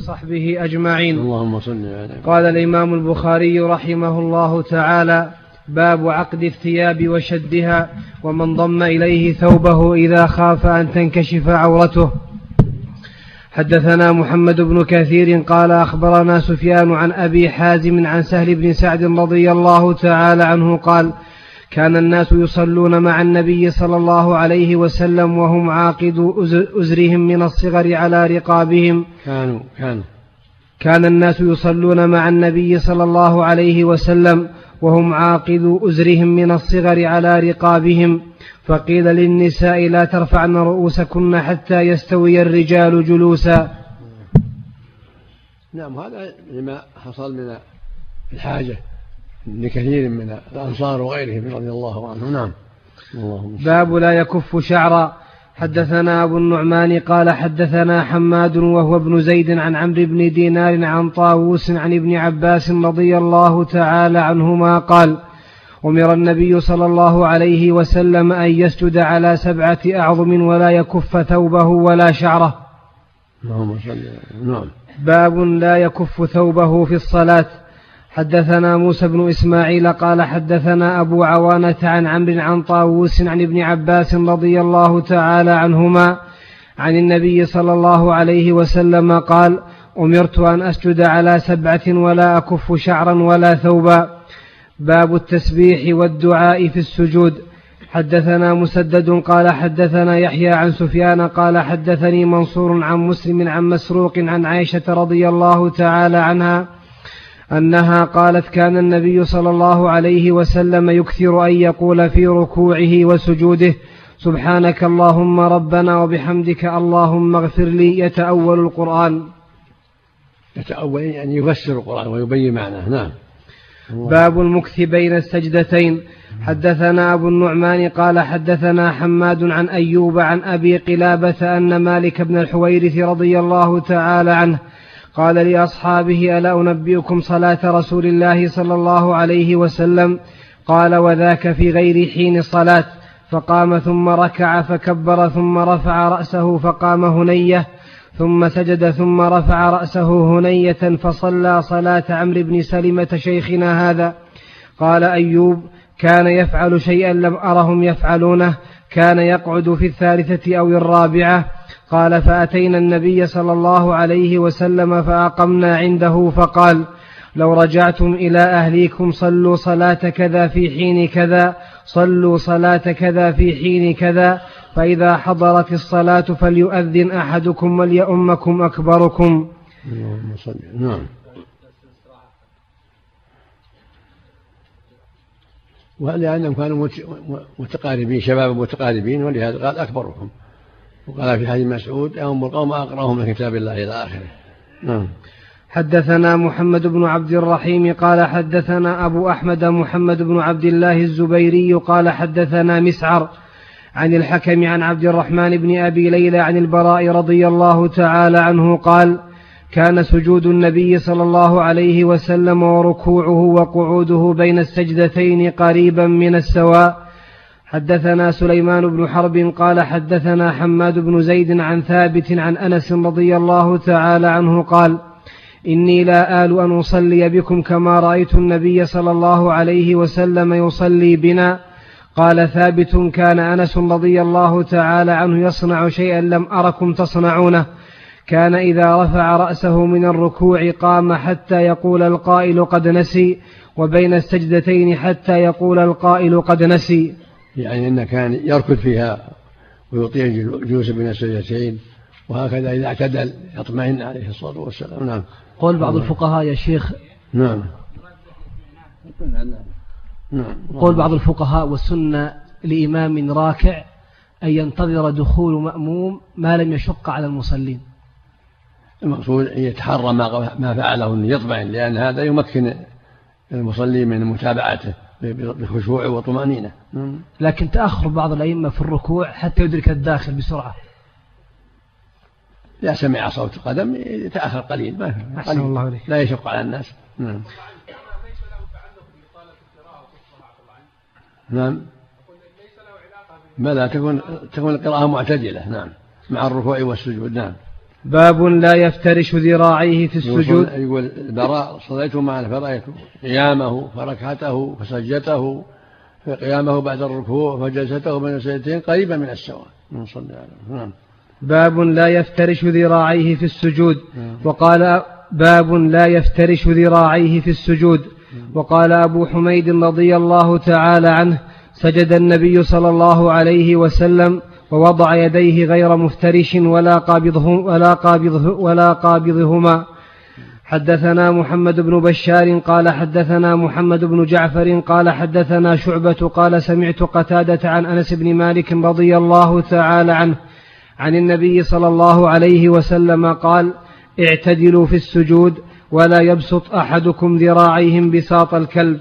وصحبه أجمعين. اللهم صل على. قال الإمام البخاري رحمه الله تعالى: باب عقد الثياب وشدها ومن ضم إليه ثوبه إذا خاف أن تنكشف عورته. حدثنا محمد بن كثير قال أخبرنا سفيان عن أبي حازم عن سهل بن سعد رضي الله تعالى عنه قال: كان الناس يصلون مع النبي صلى الله عليه وسلم وهم عاقدو أزرهم من الصغر على رقابهم. كان الناس يصلون مع النبي صلى الله عليه وسلم وهم عاقدو أزرهم من الصغر على رقابهم، فقيل للنساء: لا ترفعن رؤوسكن حتى يستوي الرجال جلوسا. نعم، هذا لما حصل من الحاجة لكثير من الأنصار وغيرهم رضي الله عنهم. نعم. باب لا يكف شعرا. حدثنا أبو النعمان قال حدثنا حماد وهو ابن زيد عن عمرو بن دينار عن طاووس عن ابن عباس رضي الله تعالى عنهما قال: أمر النبي صلى الله عليه وسلم أن يسجد على 7 أعظم ولا يكف ثوبه ولا شعره. نعم. باب لا يكف ثوبه في الصلاة. حدثنا موسى بن إسماعيل قال حدثنا أبو عوانة عن عمرو عن طاووس عن ابن عباس رضي الله تعالى عنهما عن النبي صلى الله عليه وسلم قال: أمرت أن أسجد على 7 ولا أكف شعرا ولا ثوبا. باب التسبيح والدعاء في السجود. حدثنا مسدد قال حدثنا يحيى عن سفيان قال حدثني منصور عن مسلم عن مسروق عن عائشة رضي الله تعالى عنها أنها قالت: كان النبي صلى الله عليه وسلم يكثر أن يقول في ركوعه وسجوده: سبحانك اللهم ربنا وبحمدك اللهم اغفر لي. يتأول القرآن. يتأول يعني يفسر القرآن ويبين معناه. نعم. باب المكث بين السجدتين. حدثنا أبو النعمان قال حدثنا حماد عن أيوب عن أبي قلابة أن مالك بن الحويرث رضي الله تعالى عنه قال لأصحابه: ألا أنبئكم صلاة رسول الله صلى الله عليه وسلم؟ قال: وذاك في غير حين صلاة. فقام ثم ركع فكبر ثم رفع رأسه فقام هنية ثم سجد ثم رفع رأسه هنية فصلى صلاة عمرو بن سلمة شيخنا هذا. قال أيوب: كان يفعل شيئا لم أرهم يفعلونه، كان يقعد في 3 أو 4. قال: فأتينا النبي صلى الله عليه وسلم فأقمنا عنده فقال: لو رجعتم إلى أهليكم صلوا صلاة كذا في حين كذا، صلوا صلاة كذا في حين كذا، فإذا حضرت الصلاة فليؤذن أحدكم وليؤمكم أكبركم. نعم. ولأنهم كانوا متقاربين، شباب متقاربين، ولهذا قال أكبركم. وقال في حديث مسعود: أم القوم أقرأهم من كتاب الله إلى آخره. نعم. حدثنا محمد بن عبد الرحيم قال حدثنا أبو أحمد محمد بن عبد الله الزبيري قال حدثنا مسعر عن الحكم عن عبد الرحمن بن أبي ليلى عن البراء رضي الله تعالى عنه قال: كان سجود النبي صلى الله عليه وسلم وركوعه وقعوده بين السجدتين قريبا من السواء. حدثنا سليمان بن حرب قال حدثنا حماد بن زيد عن ثابت عن أنس رضي الله تعالى عنه قال: إني لا آل أن أصلي بكم كما رأيت النبي صلى الله عليه وسلم يصلي بنا. قال ثابت: كان أنس رضي الله تعالى عنه يصنع شيئا لم أركم تصنعونه، كان إذا رفع رأسه من الركوع قام حتى يقول القائل قد نسي، وبين السجدتين حتى يقول القائل قد نسي. يعني أنه كان يركض فيها ويطيع الجلوس بين السجدتين، وهكذا إذا اعتدل يطمئن عليه الصلاة والسلام. نعم. قول بعض الفقهاء يا شيخ. نعم. قول بعض الفقهاء: والسنة لإمام راكع أن ينتظر دخول مأموم ما لم يشق على المصلين. المقصود أن يتحرى ما فعله، أن يطمئن، لأن هذا يمكن المصلي من متابعته بخشوع وطمأنينة. لكن تأخر بعض الأئمة في الركوع حتى يدرك الداخل بسرعة. لا سمع صوت قدم يتأخر قليل، أحسن الله عليك. لا يشق على الناس. نعم. ما لا تكون القراءة معتدلة. نعم، مع الركوع والسجود. نعم. باب لا يفترش ذراعيه في السجود. يقول البراء صليت معنا فرأيت قيامه فركعته فسجته فقيامه بعد الركوع فجلسته بين السجدتين قريبا من السواء. نعم. باب لا يفترش ذراعيه في السجود. وقال باب لا يفترش ذراعيه في السجود. وقال أبو حميد رضي الله تعالى عنه سجد النبي صلى الله عليه وسلم ووضع يديه غير مفترش ولا قابضهما. حدثنا محمد بن بشار قال حدثنا محمد بن جعفر قال حدثنا شعبة قال سمعت قتادة عن أنس بن مالك رضي الله تعالى عنه عن النبي صلى الله عليه وسلم قال اعتدلوا في السجود ولا يبسط أحدكم ذراعيهم بساط الكلب.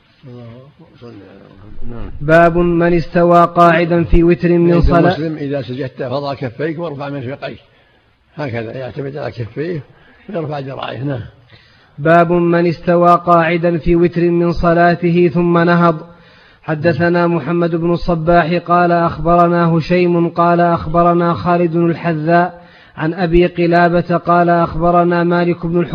باب من استوى قاعدا في وتر من صلاة. المسلم إذا سجدت فضع كفيك وارفع مرفقيه هكذا يعتمد على كفيه ويرفع ذراعيه. نعم. باب من استوى قاعدا في وتر من صلاته ثم نهض. حدثنا محمد بن الصباح قال أخبرنا هشيم قال أخبرنا خالد الحذاء عن أبي قلابة قال أخبرنا مالك بن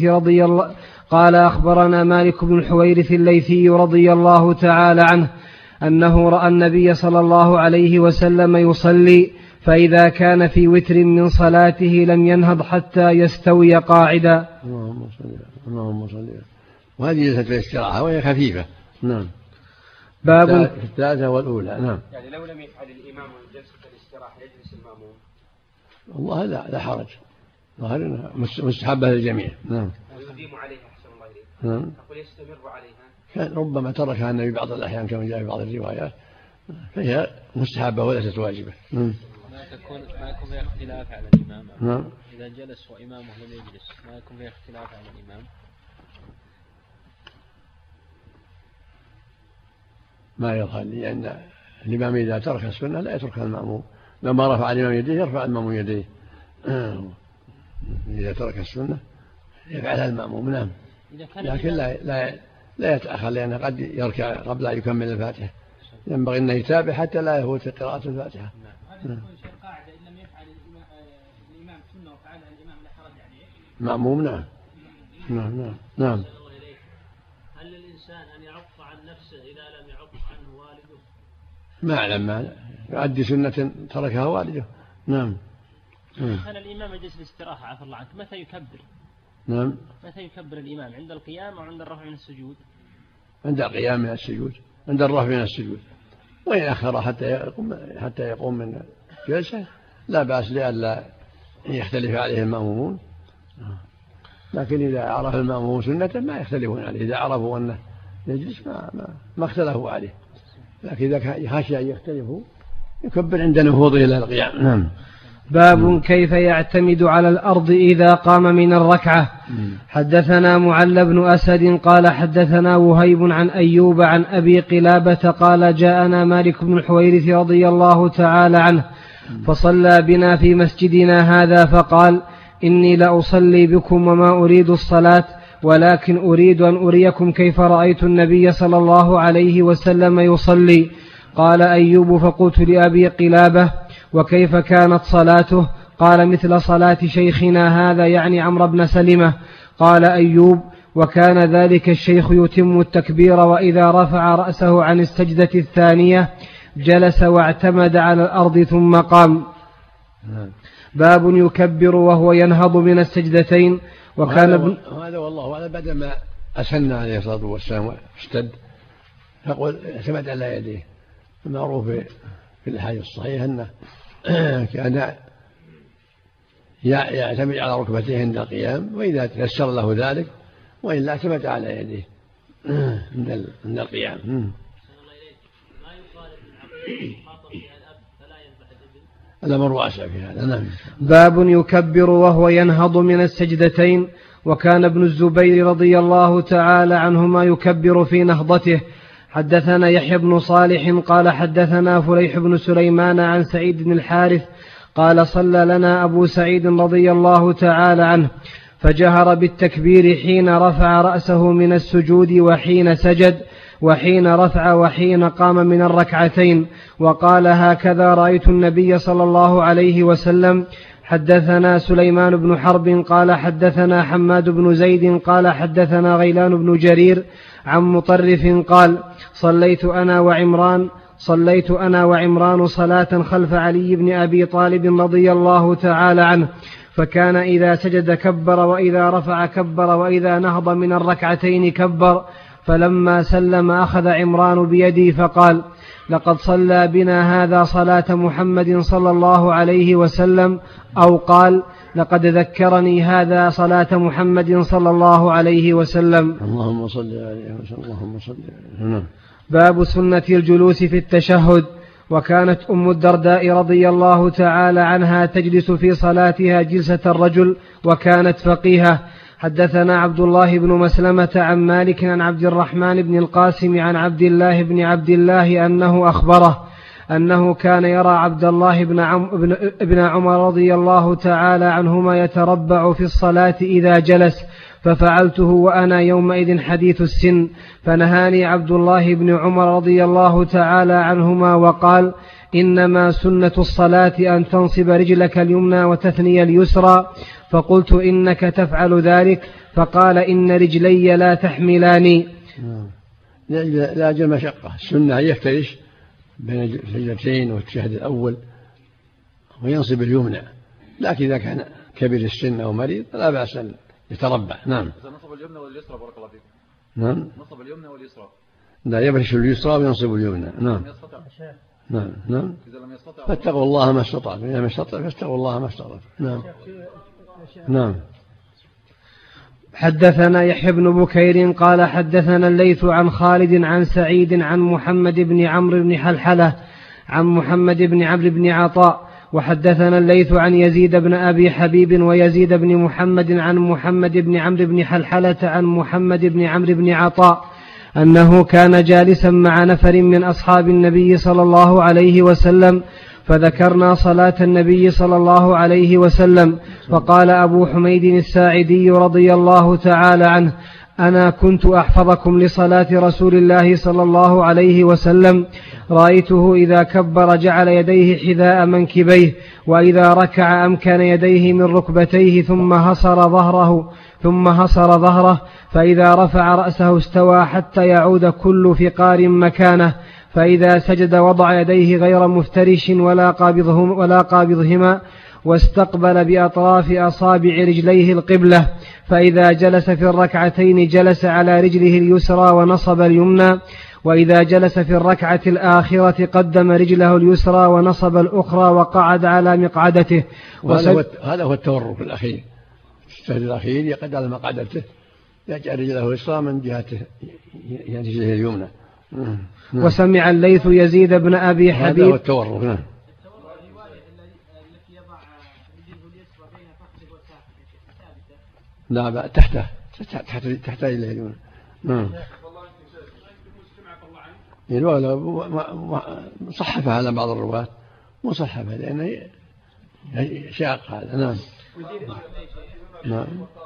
الحويرث الليثي رضي الله تعالى عنه أنه رأى النبي صلى الله عليه وسلم يصلي فإذا كان في وتر من صلاته لم ينهض حتى يستوي قاعدا. اللهم صل. وهذه جلسة الاستراحة وهي خفيفة. نعم. باب الثالثة والأولى. نعم. يعني لو لم يفعل الإمام جلسة الاستراحة يجلس المأموم. والله لا حرج. ظاهر مستحبة للجميع. نعم. ويديم عليها أحسن الله إليك. نعم. أقول يستمر عليها. كان ربما تركها النبي بعض الأحيان كما جاء في بعض الروايات فهي مستحبة وليست واجبة. ما يكون فيها اختلاف على الإمام. نعم. إذا جلس وإمامه لم يجلس ما يكون فيها اختلاف على الإمام. ما يظهر لي أن الإمام إذا ترك السنة لا يتركها المأموم. لما رفع الإمام يديه يرفع المأموم يديه. إذا ترك السنة يفعلها المأموم. نعم. لكن لا يتأخر لأنه قد يركع قبل أن يكمل الفاتحة. ينبغي أن يتابع حتى لا يفوت قراءة الفاتحة. هذا يكون شيء قاعدة إن لم يفعل الإمام سنة وفعلها الإمام لا حرج عليه. مأموم. نعم. نعم. هل للإنسان أن يعق عن نفسه إذا لم يعق عنه والده؟ ما أعلم. ما يؤدي سنة تركها والده. نعم. كان الإمام يجلس الاستراحة عفى الله عنك متى يكبر؟ نعم. متى يكبر الإمام عند القيام أو عند الرفع من السجود؟ عند القيام من السجود. عند الرفع من السجود. وإن أخر حتى يقوم من جلسة لا بأس لئلا يختلف عليه المأمومون. لكن إذا عرف المأمومون سنة ما يختلفون عليه. إذا عرفوا أنه يجلس ما اختلفوا عليه. لكن إذا خشي أن يختلفوا يكبر عند نهوضه إلى القيام. نعم. باب كيف يعتمد على الأرض إذا قام من الركعة. حدثنا معل بن أسد قال حدثنا وهيب عن أيوب عن أبي قلابة قال جاءنا مالك بن الحويرث رضي الله تعالى عنه فصلى بنا في مسجدنا هذا فقال إني لأصلي بكم وما أريد الصلاة ولكن أريد أن أريكم كيف رأيت النبي صلى الله عليه وسلم يصلي. قال أيوب فقلت لأبي قلابة وكيف كانت صلاته؟ قال مثل صلاة شيخنا هذا يعني عمرو بن سلمة. قال أيوب وكان ذلك الشيخ يتم التكبير وإذا رفع رأسه عن السجدة الثانية جلس واعتمد على الأرض ثم قام. باب يكبر وهو ينهض من السجدتين. وكان هذا والله أعلم بعد ما أسن عليه الصلاة والسلام اشتد فقل اعتمد على يديه. المعروف في الحديث الصحيح أنه كان يعتمد على ركبتيه عند القيام وإذا تيسر له ذلك وإلا اعتمد على يديه عند القيام. الأمر واسع في هذا. نعم. باب يكبر وهو ينهض من السجدتين. وكان ابن الزبير رضي الله تعالى عنهما يكبر في نهضته. حدثنا يحيى بن صالح قال حدثنا فليح بن سليمان عن سعيد بن الحارث قال صلى لنا أبو سعيد رضي الله تعالى عنه فجهر بالتكبير حين رفع رأسه من السجود وحين سجد وحين رفع وحين قام من الركعتين وقال هكذا رأيت النبي صلى الله عليه وسلم حدثنا سليمان بن حرب قال حدثنا حماد بن زيد قال حدثنا غيلان بن جرير عن مطرف قال صليت أنا وعمران صلاة خلف علي بن أبي طالب رضي الله تعالى عنه، فكان إذا سجد كبر، وإذا رفع كبر، وإذا نهض من الركعتين كبر. فلما سلم أخذ عمران بيدي فقال: لقد صلى بنا هذا صلاة محمد صلى الله عليه وسلم، أو قال: لقد ذكرني هذا صلاة محمد صلى الله عليه وسلم. اللهم صل عليه وسلم. اللهم صل عليه. باب سنة الجلوس في التشهد. وكانت أم الدرداء رضي الله تعالى عنها تجلس في صلاتها جلسة الرجل، وكانت فقيهة. حدثنا عبد الله بن مسلمة عن مالك عن عبد الرحمن بن القاسم عن عبد الله بن عبد الله أنه أخبره أنه كان يرى عبد الله بن عمر رضي الله تعالى عنهما يتربع في الصلاة إذا جلس، ففعلته وأنا يومئذ حديث السن، فنهاني عبد الله بن عمر رضي الله تعالى عنهما وقال: إنما سنة الصلاة أن تنصب رجلك اليمنى وتثني اليسرى. فقلت: إنك تفعل ذلك؟ فقال: إن رجلي لا تحملاني. لا أجل مشقة. السنة يفترش بين السجدتين والتشهد الأول وينصب اليمنى، لكن إذا كان كبير السن أو مريض لا بأس أن يتربع. نعم. نصب اليمنى واليسرى بارك الله فيك. نعم. نصب اليمنى واليسرى. لا، يفرش اليسرى وينصب اليمنى. نعم. نعم. إذا لم يستطع فاتقوا الله ما استطعتم، إذا لم يستطع فاتقوا الله ما استطعتم. نعم. حدثنا يحيى بن بكير قال حدثنا الليث عن خالد عن سعيد عن محمد بن عمرو بن حلحلة عن محمد بن عمرو بن عطاء. وحدثنا الليث عن يزيد بن أبي حبيب ويزيد بن محمد عن محمد بن عمرو بن حلحلة عن محمد بن عمرو بن عطاء أنه كان جالسا مع نفر من أصحاب النبي صلى الله عليه وسلم، فذكرنا صلاة النبي صلى الله عليه وسلم، فقال أبو حميد الساعدي رضي الله تعالى عنه: أنا كنت أحفظكم لصلاة رسول الله صلى الله عليه وسلم، رأيته إذا كبر جعل يديه حذاء منكبيه، وإذا ركع أمكن يديه من ركبتيه ثم هصر ظهره، فإذا رفع رأسه استوى حتى يعود كل فقار مكانه، فإذا سجد وضع يديه غير مفترش ولا قابضهما، واستقبل بأطراف أصابع رجليه القبلة، فإذا جلس في الركعتين جلس على رجله اليسرى ونصب اليمنى، وإذا جلس في الركعة الآخرة قدم رجله اليسرى ونصب الأخرى وقعد على مقعدته. هذا هو التورك الأخير. التشهد الأخير يقعد على مقعدته، يجعل رجله اليسرى من جهته يعني رجله اليمنى. وسمع الليث يزيد بن أبي حبيب. هذا هو التورك. نعم. لا، تحت رجله اليمنى. نعم. صحف هذا بعض الرواة، مصحفة لأنه شاق هذا. نعم. نعم.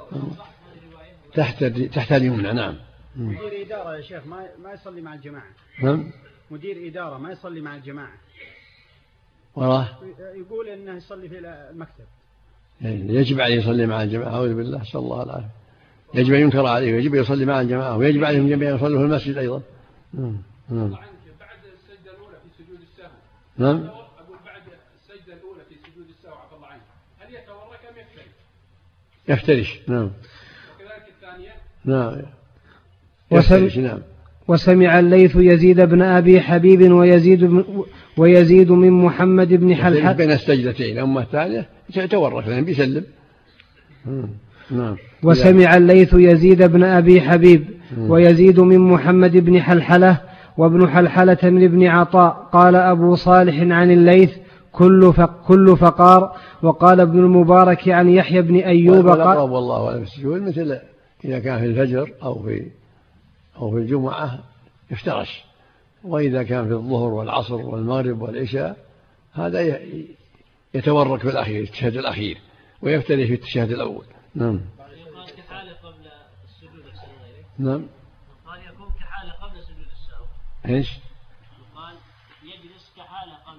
تحت اليمنى. نعم. مدير إدارة يا شيخ ما يصلي مع الجماعة. نعم. مدير إدارة ما يصلي مع الجماعة. وراه يقول إنه يصلي في المكتب. يجب عليه يصلي مع الجماعة. أعوذ بالله، صلى الله عليه وسلم. يجب أن ينكر عليه، ويجب أن يصلي مع الجماعة، ويجب عليهم جميعا يصلوا في المسجد أيضا. بعد السجدة الأولى في سجود السهو. نعم. أقول بعد السجدة الأولى في سجود السهو عفى الله عنه، هل يتورك أم يفترش؟ يفترش. نعم. وكذلك الثانية. نعم. يفترش. نعم. وسمع الليث يزيد بن أبي حبيب ويزيد من محمد بن حلحة بين السجدتين. أما الثانية يتورك لأنه بيسلم. نعم. وسمع الليث يزيد بن أبي حبيب ويزيد من محمد بن حلحلة وابن حلحلة من ابن عطاء. قال أبو صالح عن الليث: كل فقار. وقال ابن المبارك عن يحيى بن أيوب قال: والله أعلم. السجود مثل إذا كان في الفجر أو في الجمعة يفترش، وإذا كان في الظهر والعصر والمغرب والعشاء هذا يتورك في الأخير، التشهد الأخير، ويفترش في التشهد الأول. نعم. كحالة قبل السجود السهو. نعم. قال يكون كحالة قبل سجود السهو. إيش؟ قال يجلس كحالة قبل سجود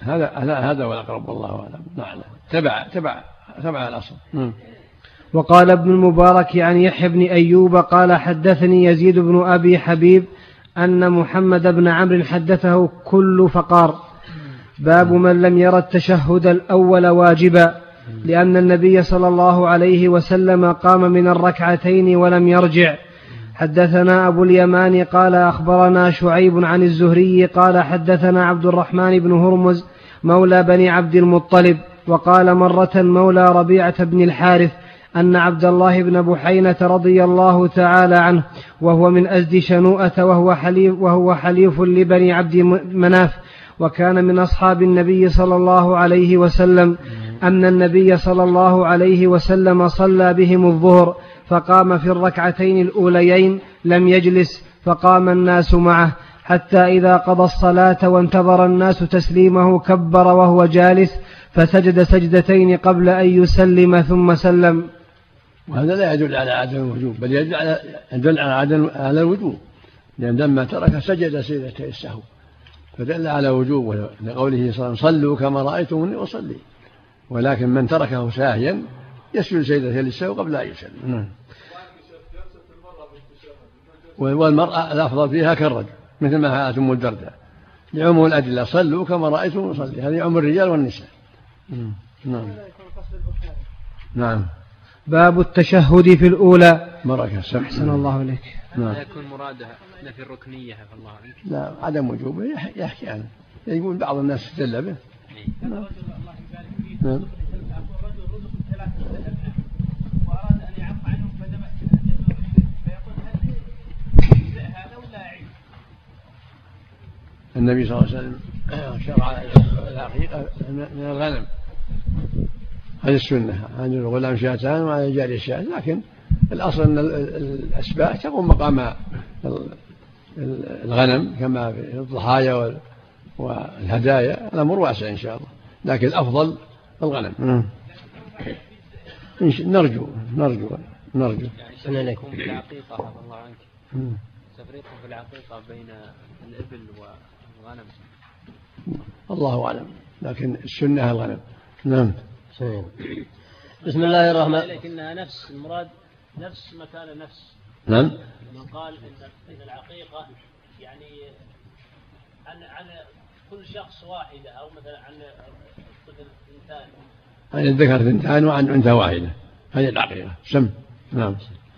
هذا هو الأقرب والله أعلم. نعم تبع الأصل. وقال ابن المبارك عن يحيى بن أيوب قال حدثني يزيد بن أبي حبيب أن محمد بن عمرو حدثه كل فقار. باب من لم ير التشهد الأول واجبا، لأن النبي صلى الله عليه وسلم قام من الركعتين ولم يرجع. حدثنا أبو اليمان قال أخبرنا شعيب عن الزهري قال حدثنا عبد الرحمن بن هرمز مولى بني عبد المطلب وقال مرة مولى ربيعة بن الحارث أن عبد الله بن بحينة رضي الله تعالى عنه وهو من أزد شنوءة وهو حليف لبني عبد مناف وكان من أصحاب النبي صلى الله عليه وسلم أن النبي صلى الله عليه وسلم صلى بهم الظهر فقام في الركعتين الأوليين لم يجلس فقام الناس معه حتى إذا قضى الصلاة وانتظر الناس تسليمه كبر وهو جالس فسجد سجدتين قبل أن يسلم ثم سلم. وهذا لا يدل على عدم الوجوب بل يدل على الوجوب، لأن لما ترك سجد سجدتي السهو فدل على وجوب، لقوله صلى الله عليه وسلم صلوا كما رأيتموني أصلي. ولكن من تركه ساهيا يسجد سجدتي للسهو قبل أن يسلم. والمرأة الأفضل فيها كالرجل مثل ما فعلت أم الدرداء لعموم الأدلة صلوا كما رأيتم صلي، هذه عموم الرجال والنساء. نعم. باب التشهد في الأولى. بركة أحسن الله إليك. لا يكون مرادها نفي الركنية في الله عنك. لا عدم وجوبه يحكي عنه، يقول بعض الناس استدل به. نعم. النبي صلى الله عليه وسلم شرع العقيقة من الغنم، هذه السنة، عن الغلام شاتان وعن الجارية شاة، لكن الأصل أن الأسباع تقوم مقام الغنم كما في الضحايا والهدايا، الأمر واسع إن شاء الله، لكن الأفضل الغنم. نرجو يعني يكون في العقيقة رضي الله عنك تفريق في العقيقة بين الإبل والغنم، الله أعلم، لكن السنة الغنم. نعم. بسم الله الرحمن الرحيم. لكنها نفس المراد نفس مكان نفس. نعم. من قال إن العقيقة يعني عن كل شخص واحدة أو مثلا عن الطفل ثنتان، عن الذكر ثنتان وعن أنثى واحدة، هذه العقيقة سم. نعم.